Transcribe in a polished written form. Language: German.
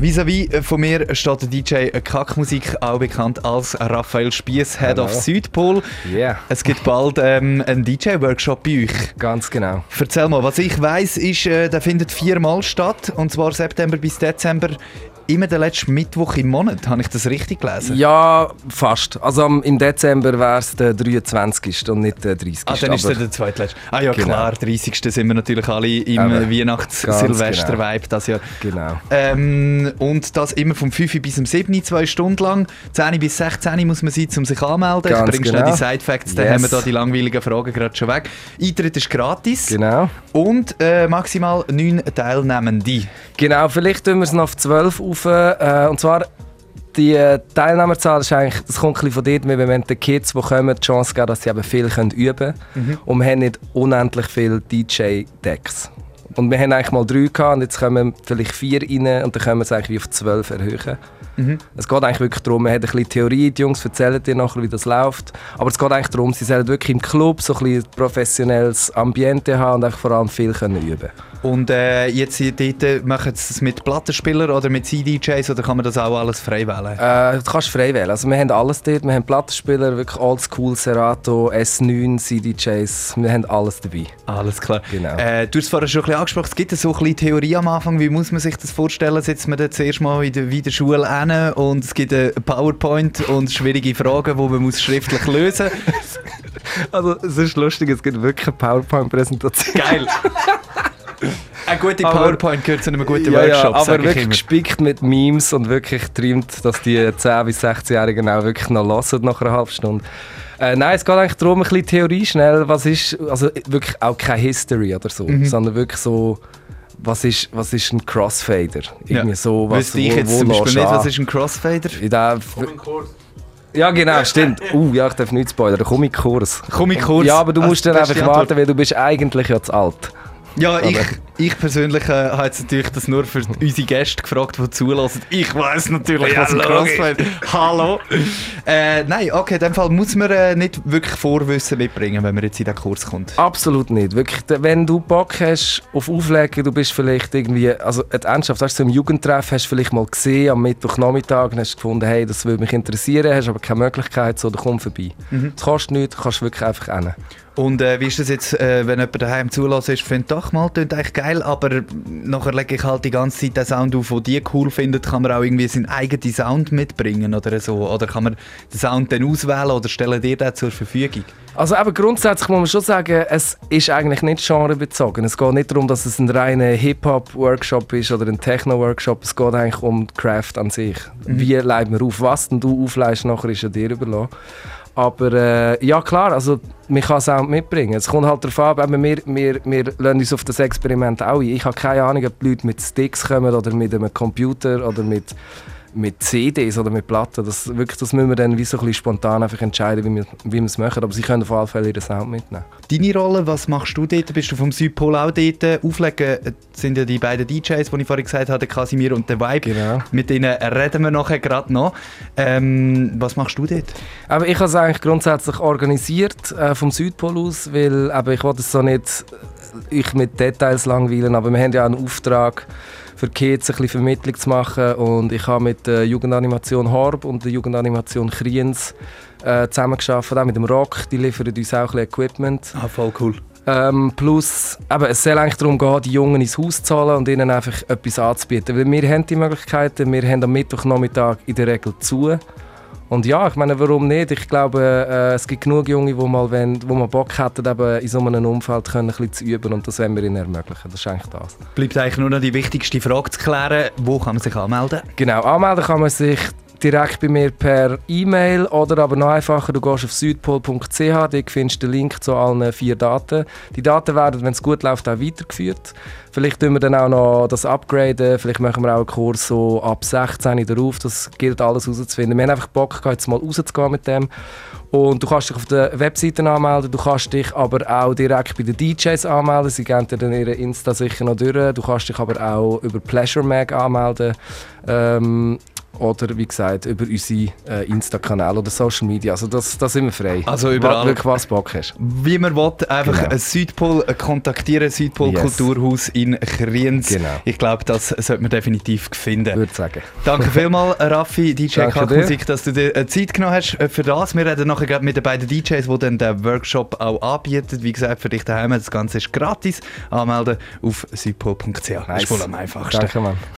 Vis-à-vis von mir steht der DJ Kackmusik, auch bekannt als Raphael Spiess, Head of Südpol. Yeah. Es gibt bald einen DJ-Workshop bei euch. Ganz genau. Erzähl mal, was ich weiss, ist, der findet 4-mal statt, und zwar September bis Dezember. Immer den letzten Mittwoch im Monat, habe ich das richtig gelesen? Ja, fast. Also im Dezember wäre es der 23. und nicht der 30. Dann ist es der zweitletzte. Ah ja, genau. Klar, 30. sind wir natürlich alle im Weihnachts-Silvester-Vibe das Jahr. Genau. Und das immer vom 5 bis 7, 2 Stunden lang. 10 bis 16 muss man sein, um sich anzumelden. Ganz ich bringe genau. schnell die Side-Facts, dann haben wir da die langweiligen Fragen gerade schon weg. Eintritt ist gratis. Genau. Und maximal 9 Teilnehmende. Genau, vielleicht tun wir es noch auf 12 auf. Und zwar die Teilnehmerzahl ist eigentlich, das kommt ein bisschen von dort, wir wollen den Kids, die kommen, die Chance geben, dass sie eben viel üben können. Und wir haben nicht unendlich viele DJ-Decks. Und wir haben eigentlich mal 3 gehabt und jetzt kommen vielleicht 4 rein und dann können wir es eigentlich wie auf 12 erhöhen. Es geht eigentlich wirklich darum, man hat ein bisschen Theorie, die Jungs erzählen dir nachher, wie das läuft. Aber es geht eigentlich darum, sie sollen wirklich im Club so ein bisschen professionelles Ambiente haben und einfach vor allem viel üben. Und jetzt dort machen sie es mit Plattenspielern oder mit CDJs oder kann man das auch alles frei wählen? Du kannst frei wählen. Also wir haben alles dort. Wir haben Plattenspieler, wirklich Oldschool, Serato, S9, CDJs. Wir haben alles dabei. Alles klar. Genau. Du hast es vorhin schon ein bisschen angesprochen. Es gibt so ein bisschen Theorie am Anfang. Wie muss man sich das vorstellen? Sitzt man dann zuerst mal in der Schule hin und es gibt ein PowerPoint und schwierige Fragen, die man muss schriftlich lösen muss. Also es ist lustig, es gibt wirklich eine PowerPoint-Präsentation. Geil! Eine gute PowerPoint gehört zu einem guten Workshop, ja, aber wirklich immer. gespickt mit Memes und wirklich treibt, dass die 10- bis 16-Jährigen auch wirklich noch hören nach einer halben Stunde. Nein, es geht eigentlich darum, ein bisschen Theorie schnell, was ist, also wirklich auch keine History oder so, sondern wirklich so, was ist ein Crossfader? Irgendwie so, was, wüsste ich jetzt zum Beispiel nicht, was ist ein Crossfader? Ja, genau, stimmt. Ja, ich darf nicht spoilern, der Comic-Kurs. Comic-Kurs? Ja, aber du musst dann einfach warten, weil du bist eigentlich ja zu alt. Ja, ich persönlich habe jetzt natürlich das nur für unsere Gäste gefragt, die zulassen. Ich weiss natürlich, was ein Crossfader ist. Hallo! Nein, okay, in dem Fall muss man nicht wirklich Vorwissen mitbringen, wenn man jetzt in diesen Kurs kommt. Absolut nicht. Wirklich, wenn du Bock hast auf Auflegen, du bist vielleicht irgendwie, also ernsthaft, hast du im Jugendtreff, hast du vielleicht mal gesehen am Mittwochnachmittag und hast gefunden, hey, das würde mich interessieren, hast aber keine Möglichkeit, so, dann komm vorbei. Das kostet nichts, kannst wirklich einfach hin. Und wie ist das jetzt, wenn jemand daheim zulassen ist, findet doch mal, klingt eigentlich geil, aber nachher lege ich halt die ganze Zeit den Sound auf, den die cool findet, kann man auch irgendwie seinen eigenen Sound mitbringen oder so? Oder kann man den Sound dann auswählen oder stellen dir den zur Verfügung? Also eben grundsätzlich muss man schon sagen, es ist eigentlich nicht genrebezogen. Es geht nicht darum, dass es ein reiner Hip-Hop-Workshop ist oder ein Techno-Workshop. Es geht eigentlich um die Craft an sich. Wie leitet man auf? Was denn du aufleihst, nachher ist ja dir überlassen. Aber ja klar, also man kann Sound mitbringen. Es kommt halt darauf an, wir lassen uns auf das Experiment auch ein. Ich habe keine Ahnung, ob die Leute mit Sticks kommen oder mit einem Computer oder mit CDs oder mit Platten. Das müssen wir dann wie so ein bisschen spontan einfach entscheiden, wie wir es machen. Aber sie können auf jeden Fall ihren Sound mitnehmen. Deine Rolle, was machst du dort? Bist du vom Südpol auch dort? Auflegen sind ja die beiden DJs, die ich vorhin gesagt habe, Casimir und der Vibe. Genau. Mit denen reden wir nachher gerade noch. Was machst du dort? Aber ich habe es eigentlich grundsätzlich organisiert vom Südpol aus, weil ich wollte es so nicht mit Details langweilen, aber wir haben ja einen Auftrag für Kids ein bisschen Vermittlung zu machen und ich habe mit der Jugendanimation Horb und der Jugendanimation Kriens zusammengearbeitet, auch mit dem Rock, die liefern uns auch ein bisschen Equipment. Ah, voll cool. Plus, es soll eigentlich darum gehen, die Jungen ins Haus zu holen und ihnen einfach etwas anzubieten. Weil wir haben die Möglichkeiten, wir haben am Mittwochnachmittag in der Regel zu. Und ja, ich meine, warum nicht? Ich glaube, es gibt genug Junge, die mal Bock hätten, eben in so einem Umfeld ein bisschen zu üben und das wollen wir ihnen ermöglichen. Das ist eigentlich das. Bleibt eigentlich nur noch die wichtigste Frage zu klären. Wo kann man sich anmelden? Genau, anmelden kann man sich direkt bei mir per E-Mail oder aber noch einfacher, du gehst auf südpol.ch, dort findest du den Link zu allen 4 Daten. Die Daten werden, wenn es gut läuft, auch weitergeführt. Vielleicht tun wir dann auch noch das upgraden, vielleicht machen wir auch einen Kurs so ab 16 darauf, das gilt alles herauszufinden. Wir haben einfach Bock, jetzt mal rauszugehen mit dem. Und du kannst dich auf der Webseite anmelden, du kannst dich aber auch direkt bei den DJs anmelden, sie geben dir dann ihre Insta sicher noch durch. Du kannst dich aber auch über Pleasure Mag anmelden. oder wie gesagt über unsere Insta-Kanäle oder Social Media. Also das sind wir frei. Also überall. Wirklich, was Bock hast. Wie man will, einfach Südpol kontaktieren, Südpol Kulturhaus in Kriens. Genau. Ich glaube, das sollte man definitiv finden. Würde sagen. Danke vielmals, Raffi, DJ Danke Kack dir. Musik, dass du dir Zeit genommen hast für das. Wir reden nachher gerade mit den beiden DJs, die dann den Workshop auch anbieten. Wie gesagt, für dich daheim, das Ganze ist gratis. Anmelden auf südpol.ch. Das ist wohl am einfachsten. Danke, Mann.